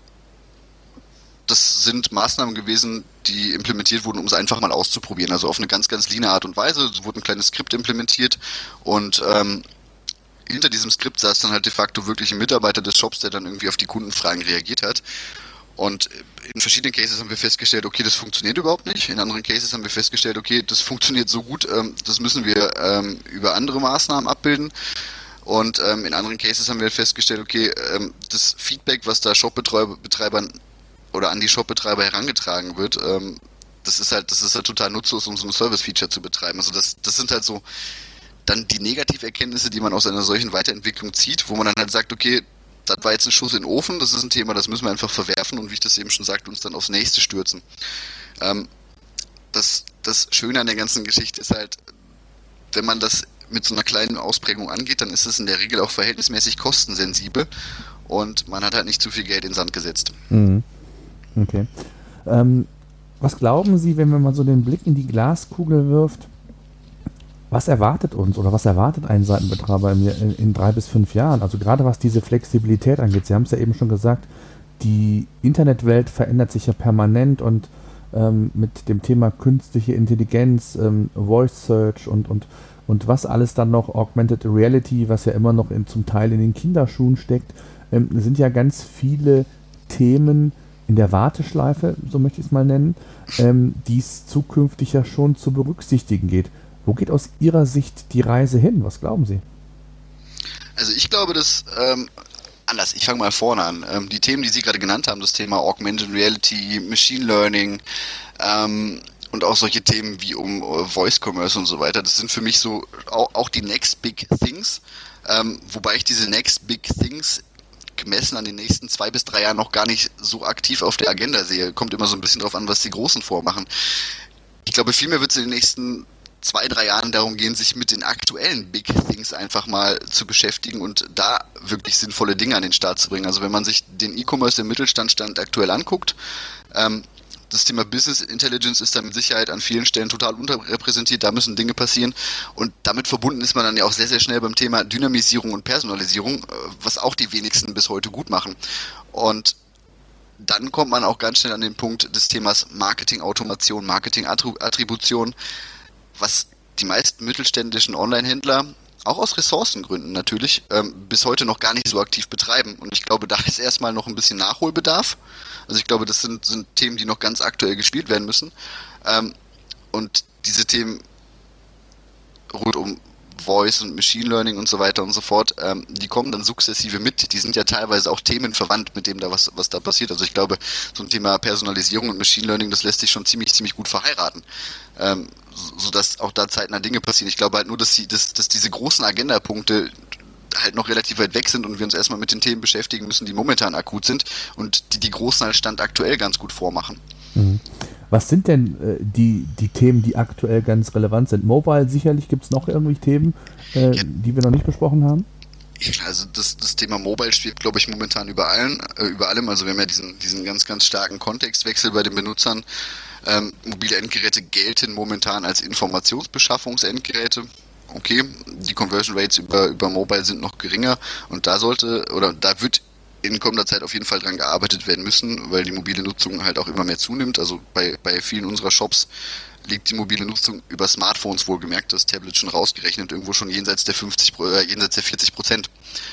das sind Maßnahmen gewesen, die implementiert wurden, um es einfach mal auszuprobieren. Also auf eine ganz, ganz leane Art und Weise. Es wurde ein kleines Skript implementiert und hinter diesem Skript saß dann halt de facto wirklich ein Mitarbeiter des Shops, der dann irgendwie auf die Kundenfragen reagiert hat. Und in verschiedenen Cases haben wir festgestellt, okay, das funktioniert überhaupt nicht. In anderen Cases haben wir festgestellt, okay, das funktioniert so gut, das müssen wir über andere Maßnahmen abbilden. Und in anderen Cases haben wir festgestellt, okay, das Feedback, was da Shopbetreibern oder an die Shopbetreiber herangetragen wird, das ist halt total nutzlos, um so ein Service-Feature zu betreiben. Also das sind halt so dann die Negativerkenntnisse, die man aus einer solchen Weiterentwicklung zieht, wo man dann halt sagt, okay, das war jetzt ein Schuss in den Ofen, das ist ein Thema, das müssen wir einfach verwerfen und wie ich das eben schon sagte, uns dann aufs nächste stürzen. Das Schöne an der ganzen Geschichte ist halt, wenn man das mit so einer kleinen Ausprägung angeht, dann ist es in der Regel auch verhältnismäßig kostensensibel und man hat halt nicht zu viel Geld in den Sand gesetzt. Mhm. Okay. Was glauben Sie, wenn man mal so den Blick in die Glaskugel wirft, was erwartet uns oder was erwartet einen Seitenbetreiber in 3 bis 5 Jahren? Also gerade was diese Flexibilität angeht. Sie haben es ja eben schon gesagt, die Internetwelt verändert sich ja permanent und mit dem Thema künstliche Intelligenz, Voice Search und was alles dann noch, Augmented Reality, was ja immer noch zum Teil in den Kinderschuhen steckt, sind ja ganz viele Themen in der Warteschleife, so möchte ich es mal nennen, die es zukünftig ja schon zu berücksichtigen geht. Wo geht aus Ihrer Sicht die Reise hin? Was glauben Sie? Also ich glaube, dass anders, ich fange mal vorne an. Die Themen, die Sie gerade genannt haben, das Thema Augmented Reality, Machine Learning und auch solche Themen wie Voice Commerce und so weiter, das sind für mich so auch die Next Big Things, wobei ich diese Next Big Things gemessen an den nächsten 2 bis 3 Jahren noch gar nicht so aktiv auf der Agenda sehe. Kommt immer so ein bisschen drauf an, was die Großen vormachen. Ich glaube, vielmehr wird es in den nächsten 2, 3 Jahren darum gehen, sich mit den aktuellen Big Things einfach mal zu beschäftigen und da wirklich sinnvolle Dinge an den Start zu bringen. Also wenn man sich den E-Commerce im Mittelstand aktuell anguckt, das Thema Business Intelligence ist da mit Sicherheit an vielen Stellen total unterrepräsentiert, da müssen Dinge passieren und damit verbunden ist man dann ja auch sehr, sehr schnell beim Thema Dynamisierung und Personalisierung, was auch die wenigsten bis heute gut machen. Und dann kommt man auch ganz schnell an den Punkt des Themas Marketing-Automation, Marketing-Attribution, was die meisten mittelständischen Online-Händler auch aus Ressourcengründen natürlich bis heute noch gar nicht so aktiv betreiben. Und ich glaube, da ist erstmal noch ein bisschen Nachholbedarf. Also ich glaube, das sind Themen, die noch ganz aktuell gespielt werden müssen. Und diese Themen rund um Voice und Machine Learning und so weiter und so fort, die kommen dann sukzessive mit. Die sind ja teilweise auch themenverwandt mit dem, was da passiert. Also ich glaube, so ein Thema Personalisierung und Machine Learning, das lässt sich schon ziemlich gut verheiraten. Sodass auch da zeitnah Dinge passieren. Ich glaube halt nur, dass diese großen Agendapunkte halt noch relativ weit weg sind und wir uns erstmal mit den Themen beschäftigen müssen, die momentan akut sind und die Großen halt Stand aktuell ganz gut vormachen. Mhm. Was sind denn die Themen, die aktuell ganz relevant sind? Mobile sicherlich, gibt es noch irgendwie Themen, die wir noch nicht besprochen haben? Also das Thema Mobile spielt, glaube ich, momentan über allem. Also wir haben ja diesen ganz, ganz starken Kontextwechsel bei den Benutzern. Mobile Endgeräte gelten momentan als Informationsbeschaffungsendgeräte. Okay, die Conversion Rates über Mobile sind noch geringer und da wird in kommender Zeit auf jeden Fall dran gearbeitet werden müssen, weil die mobile Nutzung halt auch immer mehr zunimmt. Also bei vielen unserer Shops liegt die mobile Nutzung über Smartphones wohlgemerkt, das Tablet schon rausgerechnet, irgendwo schon jenseits der 40%.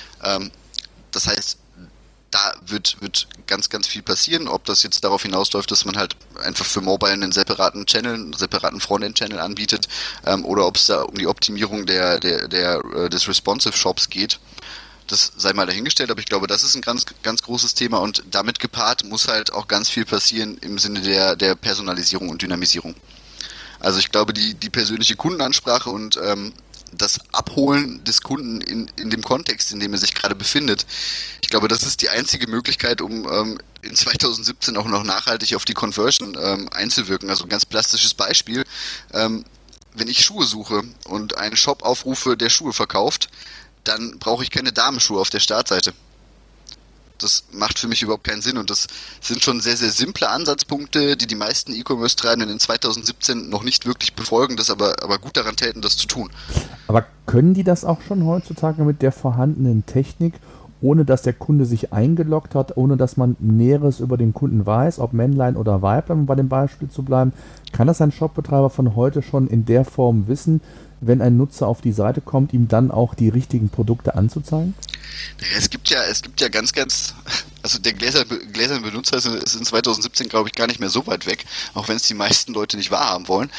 Das heißt, da wird ganz, ganz viel passieren. Ob das jetzt darauf hinausläuft, dass man halt einfach für Mobile einen separaten Frontend-Channel anbietet, oder ob es da um die Optimierung des Responsive Shops geht, das sei mal dahingestellt, aber ich glaube, das ist ein ganz, ganz großes Thema und damit gepaart muss halt auch ganz viel passieren im Sinne der Personalisierung und Dynamisierung. Also ich glaube, die persönliche Kundenansprache und das Abholen des Kunden in dem Kontext, in dem er sich gerade befindet. Ich glaube, das ist die einzige Möglichkeit, um in 2017 auch noch nachhaltig auf die Conversion einzuwirken. Also ein ganz plastisches Beispiel. Wenn ich Schuhe suche und einen Shop aufrufe, der Schuhe verkauft, dann brauche ich keine Damenschuhe auf der Startseite. Das macht für mich überhaupt keinen Sinn und das sind schon sehr, sehr simple Ansatzpunkte, die meisten E-Commerce-Treibenden in 2017 noch nicht wirklich befolgen, das aber gut daran täten, das zu tun. Aber können die das auch schon heutzutage mit der vorhandenen Technik, ohne dass der Kunde sich eingeloggt hat, ohne dass man Näheres über den Kunden weiß, ob Männlein oder Weiblein, um bei dem Beispiel zu bleiben? Kann das ein Shopbetreiber von heute schon in der Form wissen, wenn ein Nutzer auf die Seite kommt, ihm dann auch die richtigen Produkte anzuzeigen? Es gibt ja ganz, also der gläserne Benutzer ist in 2017, glaube ich, gar nicht mehr so weit weg, auch wenn es die meisten Leute nicht wahrhaben wollen.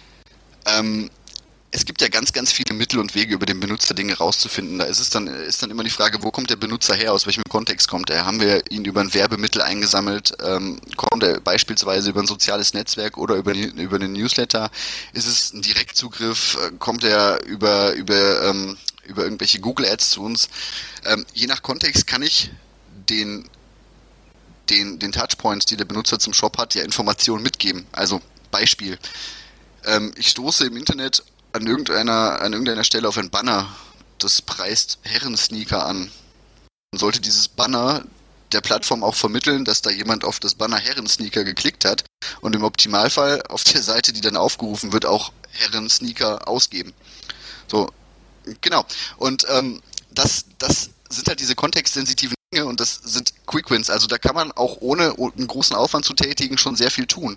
Es gibt ja ganz, ganz viele Mittel und Wege, über den Benutzer Dinge rauszufinden. Da ist dann immer die Frage, wo kommt der Benutzer her, aus welchem Kontext kommt er? Haben wir ihn über ein Werbemittel eingesammelt? Kommt er beispielsweise über ein soziales Netzwerk oder über einen Newsletter? Ist es ein Direktzugriff? Kommt er über irgendwelche Google Ads zu uns? Je nach Kontext kann ich den Touchpoints, die der Benutzer zum Shop hat, ja Informationen mitgeben. Also Beispiel. Ich stoße im Internet an irgendeiner Stelle auf ein Banner, das preist Herrensneaker an. Man sollte dieses Banner der Plattform auch vermitteln, dass da jemand auf das Banner Herrensneaker geklickt hat und im Optimalfall auf der Seite, die dann aufgerufen wird, auch Herrensneaker ausgeben. So, genau. Und das sind halt diese kontextsensitiven Dinge und das sind Quick Wins. Also da kann man auch ohne einen großen Aufwand zu tätigen schon sehr viel tun.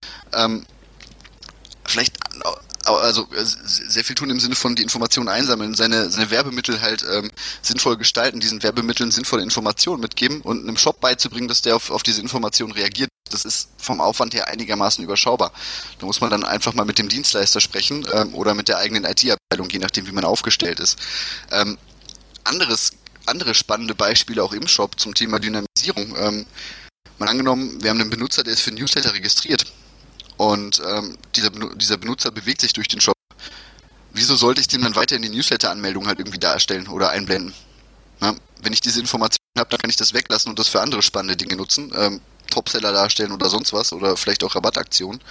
Also sehr viel tun im Sinne von die Informationen einsammeln, seine Werbemittel halt sinnvoll gestalten, diesen Werbemitteln sinnvolle Informationen mitgeben und einem Shop beizubringen, dass der auf diese Informationen reagiert. Das ist vom Aufwand her einigermaßen überschaubar. Da muss man dann einfach mal mit dem Dienstleister sprechen oder mit der eigenen IT-Abteilung, je nachdem, wie man aufgestellt ist. Andere spannende Beispiele auch im Shop zum Thema Dynamisierung. Mal angenommen, wir haben einen Benutzer, der ist für Newsletter registriert. Und dieser Benutzer bewegt sich durch den Shop. Wieso sollte ich dem dann weiterhin die Newsletter-Anmeldung halt irgendwie darstellen oder einblenden? Na, wenn ich diese Informationen habe, dann kann ich das weglassen und das für andere spannende Dinge nutzen. Topseller darstellen oder sonst was oder vielleicht auch Rabattaktionen.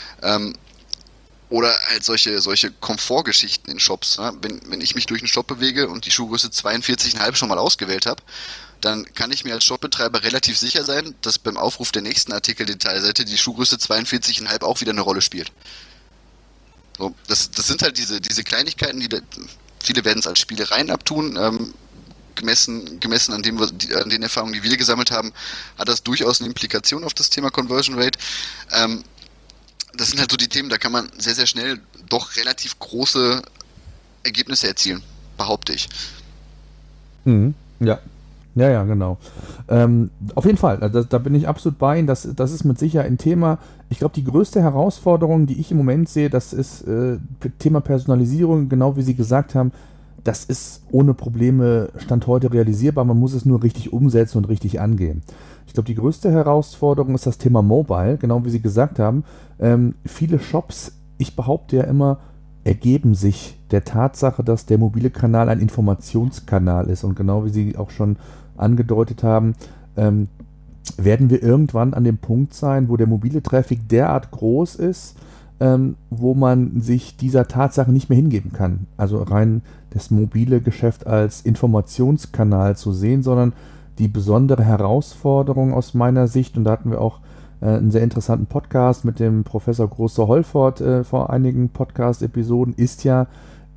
Oder halt solche Komfortgeschichten in Shops. Ja? Wenn ich mich durch einen Shop bewege und die Schuhgröße 42,5 schon mal ausgewählt habe, dann kann ich mir als Shopbetreiber relativ sicher sein, dass beim Aufruf der nächsten Artikeldetailseite die Schuhgröße 42,5 auch wieder eine Rolle spielt. So, das sind halt diese Kleinigkeiten, viele werden es als Spielereien abtun. Gemessen an den Erfahrungen, die wir gesammelt haben, hat das durchaus eine Implikation auf das Thema Conversion Rate. Das sind halt so die Themen, da kann man sehr, sehr schnell doch relativ große Ergebnisse erzielen, behaupte ich. Mhm. Ja. Ja, genau. Auf jeden Fall, da bin ich absolut bei Ihnen. Das ist mit Sicherheit ein Thema. Ich glaube, die größte Herausforderung, die ich im Moment sehe, das ist Thema Personalisierung, genau wie Sie gesagt haben. Das ist ohne Probleme Stand heute realisierbar. Man muss es nur richtig umsetzen und richtig angehen. Ich glaube, die größte Herausforderung ist das Thema Mobile, genau wie Sie gesagt haben. Viele Shops, ich behaupte ja immer, ergeben sich der Tatsache, dass der mobile Kanal ein Informationskanal ist. Und genau wie Sie auch schon angedeutet haben, werden wir irgendwann an dem Punkt sein, wo der mobile Traffic derart groß ist, wo man sich dieser Tatsache nicht mehr hingeben kann. Also rein das mobile Geschäft als Informationskanal zu sehen, sondern die besondere Herausforderung aus meiner Sicht, und da hatten wir auch einen sehr interessanten Podcast mit dem Professor Große-Holford vor einigen Podcast-Episoden, ist ja,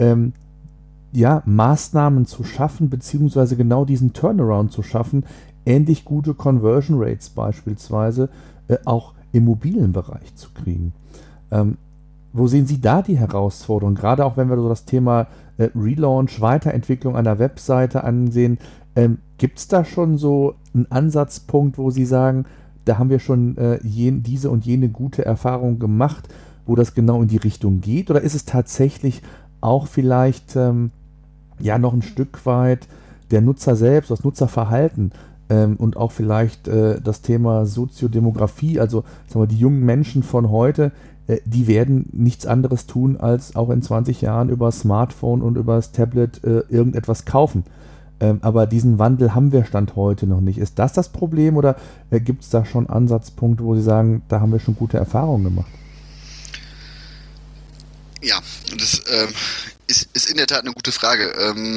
Maßnahmen zu schaffen, beziehungsweise genau diesen Turnaround zu schaffen, ähnlich gute Conversion Rates beispielsweise auch im mobilen Bereich zu kriegen. Wo sehen Sie da die Herausforderung? Gerade auch wenn wir so das Thema Relaunch, Weiterentwicklung einer Webseite ansehen, gibt es da schon so einen Ansatzpunkt, wo Sie sagen, da haben wir schon diese und jene gute Erfahrung gemacht, wo das genau in die Richtung geht? Oder ist es tatsächlich auch vielleicht noch ein Stück weit der Nutzer selbst, das Nutzerverhalten und auch vielleicht das Thema Soziodemografie, also sagen wir, die jungen Menschen von heute, die werden nichts anderes tun, als auch in 20 Jahren über das Smartphone und über das Tablet irgendetwas kaufen. Aber diesen Wandel haben wir Stand heute noch nicht. Ist das Problem oder gibt es da schon Ansatzpunkte, wo Sie sagen, da haben wir schon gute Erfahrungen gemacht? Ja, das ist in der Tat eine gute Frage.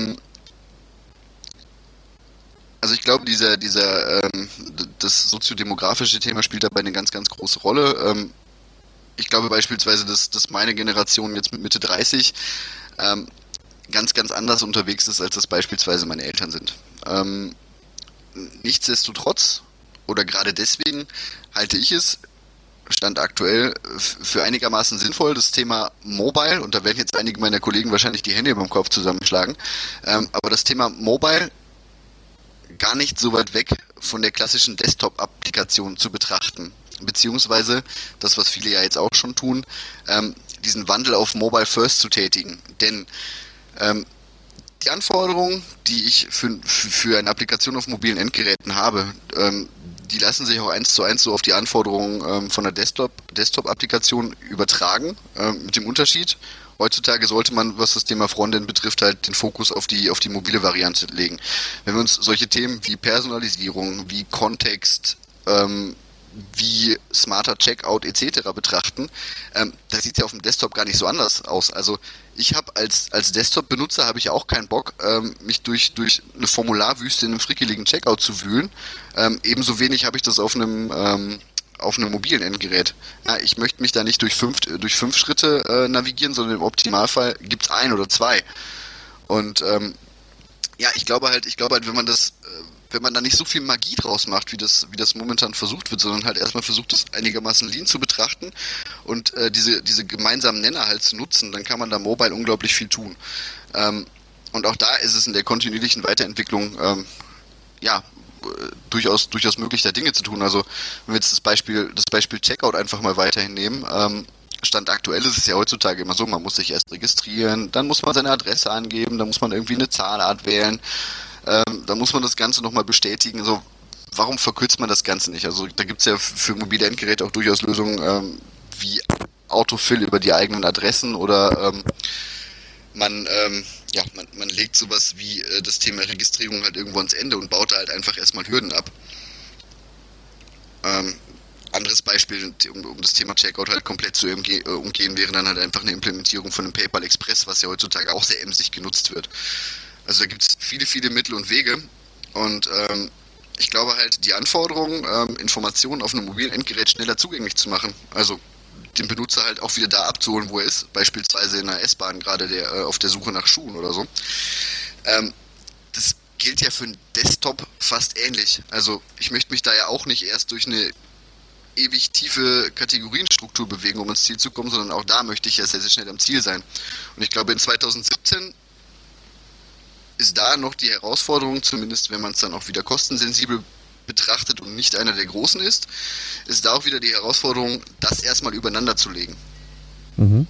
Also ich glaube, das soziodemografische Thema spielt dabei eine ganz, ganz große Rolle. Ich glaube beispielsweise, dass meine Generation jetzt mit Mitte 30 ganz, ganz anders unterwegs ist, als das beispielsweise meine Eltern sind. Nichtsdestotrotz oder gerade deswegen halte ich es Stand aktuell für einigermaßen sinnvoll, das Thema Mobile, und da werden jetzt einige meiner Kollegen wahrscheinlich die Hände über dem Kopf zusammenschlagen, aber das Thema Mobile gar nicht so weit weg von der klassischen Desktop-Applikation zu betrachten, beziehungsweise das, was viele ja jetzt auch schon tun, diesen Wandel auf Mobile First zu tätigen, denn die Anforderungen, die ich für eine Applikation auf mobilen Endgeräten habe, die lassen sich auch 1:1 so auf die Anforderungen von der Desktop-Applikation übertragen, mit dem Unterschied. Heutzutage sollte man, was das Thema Frontend betrifft, halt den Fokus auf die mobile Variante legen. Wenn wir uns solche Themen wie Personalisierung, wie Kontext, wie smarter Checkout etc. betrachten, da sieht es ja auf dem Desktop gar nicht so anders aus. Also ich habe als Desktop-Benutzer habe ich auch keinen Bock, mich durch eine Formularwüste in einem frickeligen Checkout zu wühlen. Ebenso wenig habe ich das auf einem mobilen Endgerät. Ja, ich möchte mich da nicht durch fünf Schritte navigieren, sondern im Optimalfall gibt es ein oder zwei. Und ich glaube halt, wenn man da nicht so viel Magie draus macht, wie das momentan versucht wird, sondern halt erstmal versucht, das einigermaßen lean zu betrachten und diese gemeinsamen Nenner halt zu nutzen, dann kann man da mobile unglaublich viel tun. Und auch da ist es in der kontinuierlichen Weiterentwicklung durchaus möglich, da Dinge zu tun. Also wenn wir jetzt das Beispiel Checkout einfach mal weiterhin nehmen, Stand aktuell ist es ja heutzutage immer so, man muss sich erst registrieren, dann muss man seine Adresse angeben, dann muss man irgendwie eine Zahlart wählen, dann muss man das Ganze nochmal bestätigen. Also warum verkürzt man das Ganze nicht? Also da gibt es ja für mobile Endgeräte auch durchaus Lösungen wie Autofill über die eigenen Adressen oder man legt sowas wie das Thema Registrierung halt irgendwo ans Ende und baut da halt einfach erstmal Hürden ab. Anderes Beispiel, um das Thema Checkout halt komplett zu umgehen, wäre dann halt einfach eine Implementierung von einem PayPal Express, was ja heutzutage auch sehr emsig genutzt wird. Also da gibt es viele, viele Mittel und Wege und ich glaube halt, die Anforderung, Informationen auf einem mobilen Endgerät schneller zugänglich zu machen, also den Benutzer halt auch wieder da abzuholen, wo er ist, beispielsweise in einer S-Bahn, gerade auf der Suche nach Schuhen oder so. Das gilt ja für einen Desktop fast ähnlich. Also ich möchte mich da ja auch nicht erst durch eine ewig tiefe Kategorienstruktur bewegen, um ins Ziel zu kommen, sondern auch da möchte ich ja sehr, sehr schnell am Ziel sein. Und ich glaube, in 2017 ist da noch die Herausforderung, zumindest wenn man es dann auch wieder kostensensibel betrachtet und nicht einer der Großen ist da auch wieder die Herausforderung, das erstmal übereinander zu legen. Mhm.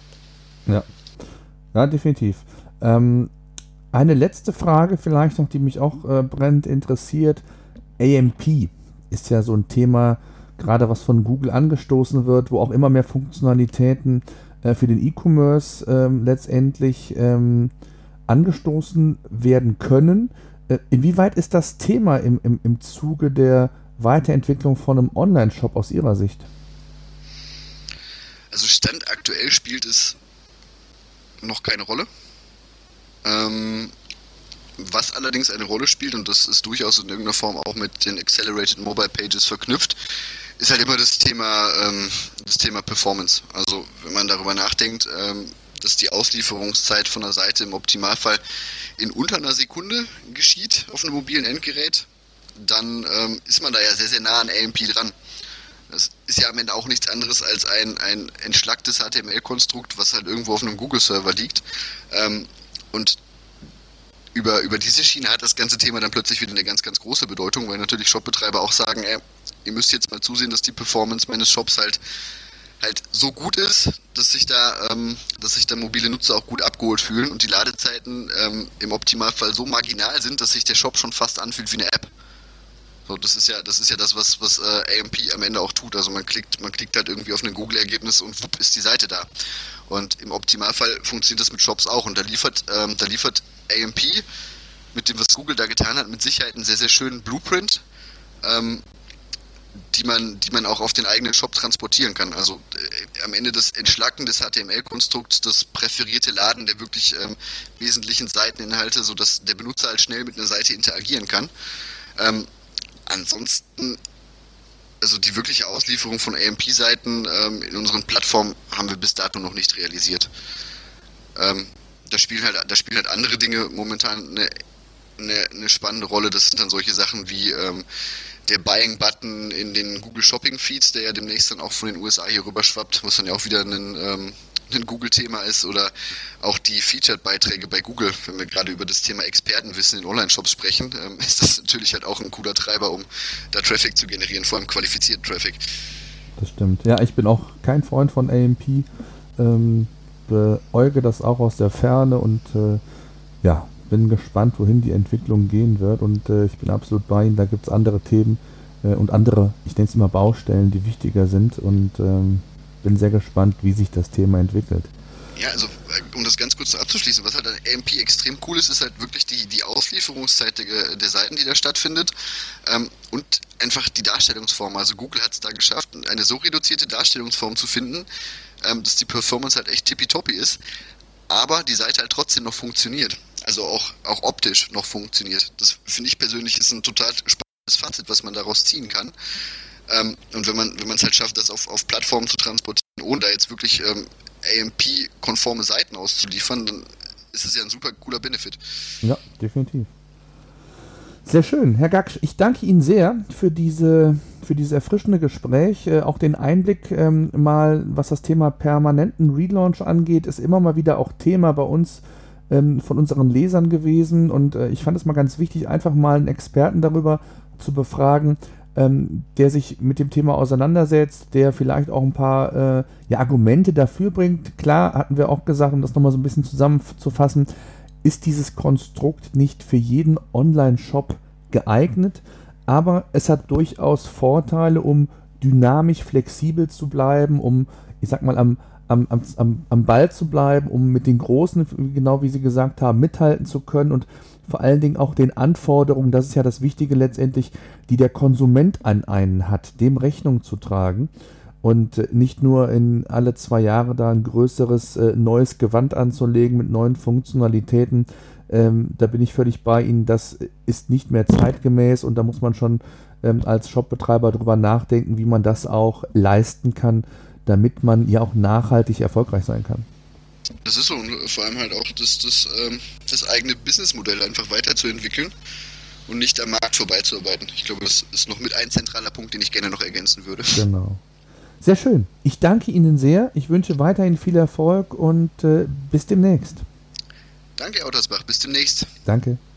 Ja, definitiv. Eine letzte Frage vielleicht noch, die mich auch brennend interessiert. AMP ist ja so ein Thema, gerade was von Google angestoßen wird, wo auch immer mehr Funktionalitäten für den E-Commerce letztendlich angestoßen werden können. Inwieweit ist das Thema im Zuge der Weiterentwicklung von einem Online-Shop aus Ihrer Sicht? Also Stand aktuell spielt es noch keine Rolle. Was allerdings eine Rolle spielt, und das ist durchaus in irgendeiner Form auch mit den Accelerated Mobile Pages verknüpft, ist halt immer das Thema Performance. Also wenn man darüber nachdenkt, dass die Auslieferungszeit von der Seite im Optimalfall in unter einer Sekunde geschieht auf einem mobilen Endgerät, dann ist man da ja sehr, sehr nah an AMP dran. Das ist ja am Ende auch nichts anderes als ein entschlacktes HTML-Konstrukt, was halt irgendwo auf einem Google-Server liegt. Und über diese Schiene hat das ganze Thema dann plötzlich wieder eine ganz, ganz große Bedeutung, weil natürlich Shopbetreiber auch sagen, ihr müsst jetzt mal zusehen, dass die Performance meines Shops halt so gut ist, dass sich da mobile Nutzer auch gut abgeholt fühlen und die Ladezeiten im Optimalfall so marginal sind, dass sich der Shop schon fast anfühlt wie eine App. So, das ist ja das, was AMP am Ende auch tut. Also man klickt halt irgendwie auf ein Google-Ergebnis und wupp ist die Seite da. Und im Optimalfall funktioniert das mit Shops auch. Und da liefert AMP mit dem, was Google da getan hat, mit Sicherheit einen sehr, sehr schönen Blueprint, die man auch auf den eigenen Shop transportieren kann. Also am Ende das Entschlacken des HTML-Konstrukts, das präferierte Laden der wirklich wesentlichen Seiteninhalte, sodass der Benutzer halt schnell mit einer Seite interagieren kann. Ansonsten, also die wirkliche Auslieferung von AMP-Seiten in unseren Plattformen haben wir bis dato noch nicht realisiert. Da spielen halt andere Dinge momentan eine spannende Rolle. Das sind dann solche Sachen wie der Buying-Button in den Google Shopping-Feeds, der ja demnächst dann auch von den USA hier rüber schwappt, was dann ja auch wieder ein Google-Thema ist, oder auch die Featured-Beiträge bei Google. Wenn wir gerade über das Thema Expertenwissen in Online-Shops sprechen, ist das natürlich halt auch ein cooler Treiber, um da Traffic zu generieren, vor allem qualifizierten Traffic. Das stimmt. Ja, ich bin auch kein Freund von AMP, beäuge das auch aus der Ferne und bin gespannt, wohin die Entwicklung gehen wird, und ich bin absolut bei Ihnen. Da gibt es andere Themen und andere, ich nenne es immer Baustellen, die wichtiger sind, und bin sehr gespannt, wie sich das Thema entwickelt. Ja, also um das ganz kurz abzuschließen, was halt an AMP extrem cool ist halt wirklich die Auslieferungszeit der Seiten, die da stattfindet, und einfach die Darstellungsform. Also Google hat es da geschafft, eine so reduzierte Darstellungsform zu finden, dass die Performance halt echt tippitoppi ist, aber die Seite halt trotzdem noch funktioniert. Also auch optisch noch funktioniert. Das finde ich persönlich ist ein total spannendes Fazit, was man daraus ziehen kann. Und wenn man es halt schafft, das auf Plattformen zu transportieren, ohne da jetzt wirklich AMP-konforme Seiten auszuliefern, dann ist es ja ein super cooler Benefit. Ja, definitiv. Sehr schön. Herr Gaksch, ich danke Ihnen sehr für dieses erfrischende Gespräch. Auch den Einblick mal, was das Thema permanenten Relaunch angeht, ist immer mal wieder auch Thema bei uns von unseren Lesern gewesen, und ich fand es mal ganz wichtig, einfach mal einen Experten darüber zu befragen, der sich mit dem Thema auseinandersetzt, der vielleicht auch ein paar Argumente dafür bringt. Klar, hatten wir auch gesagt, um das nochmal so ein bisschen zusammenzufassen, ist dieses Konstrukt nicht für jeden Online-Shop geeignet, aber es hat durchaus Vorteile, um dynamisch flexibel zu bleiben, um, ich sag mal, am Ball zu bleiben, um mit den Großen, genau wie Sie gesagt haben, mithalten zu können, und vor allen Dingen auch den Anforderungen, das ist ja das Wichtige letztendlich, die der Konsument an einen hat, dem Rechnung zu tragen, und nicht nur in alle 2 Jahre da ein größeres neues Gewand anzulegen mit neuen Funktionalitäten. Da bin ich völlig bei Ihnen, das ist nicht mehr zeitgemäß, und da muss man schon als Shopbetreiber drüber nachdenken, wie man das auch leisten kann, damit man ja auch nachhaltig erfolgreich sein kann. Das ist so, und vor allem halt auch das eigene Businessmodell einfach weiterzuentwickeln und nicht am Markt vorbeizuarbeiten. Ich glaube, das ist noch mit ein zentraler Punkt, den ich gerne noch ergänzen würde. Genau. Sehr schön. Ich danke Ihnen sehr. Ich wünsche weiterhin viel Erfolg und bis demnächst. Danke, Herr Ottersbach. Bis demnächst. Danke.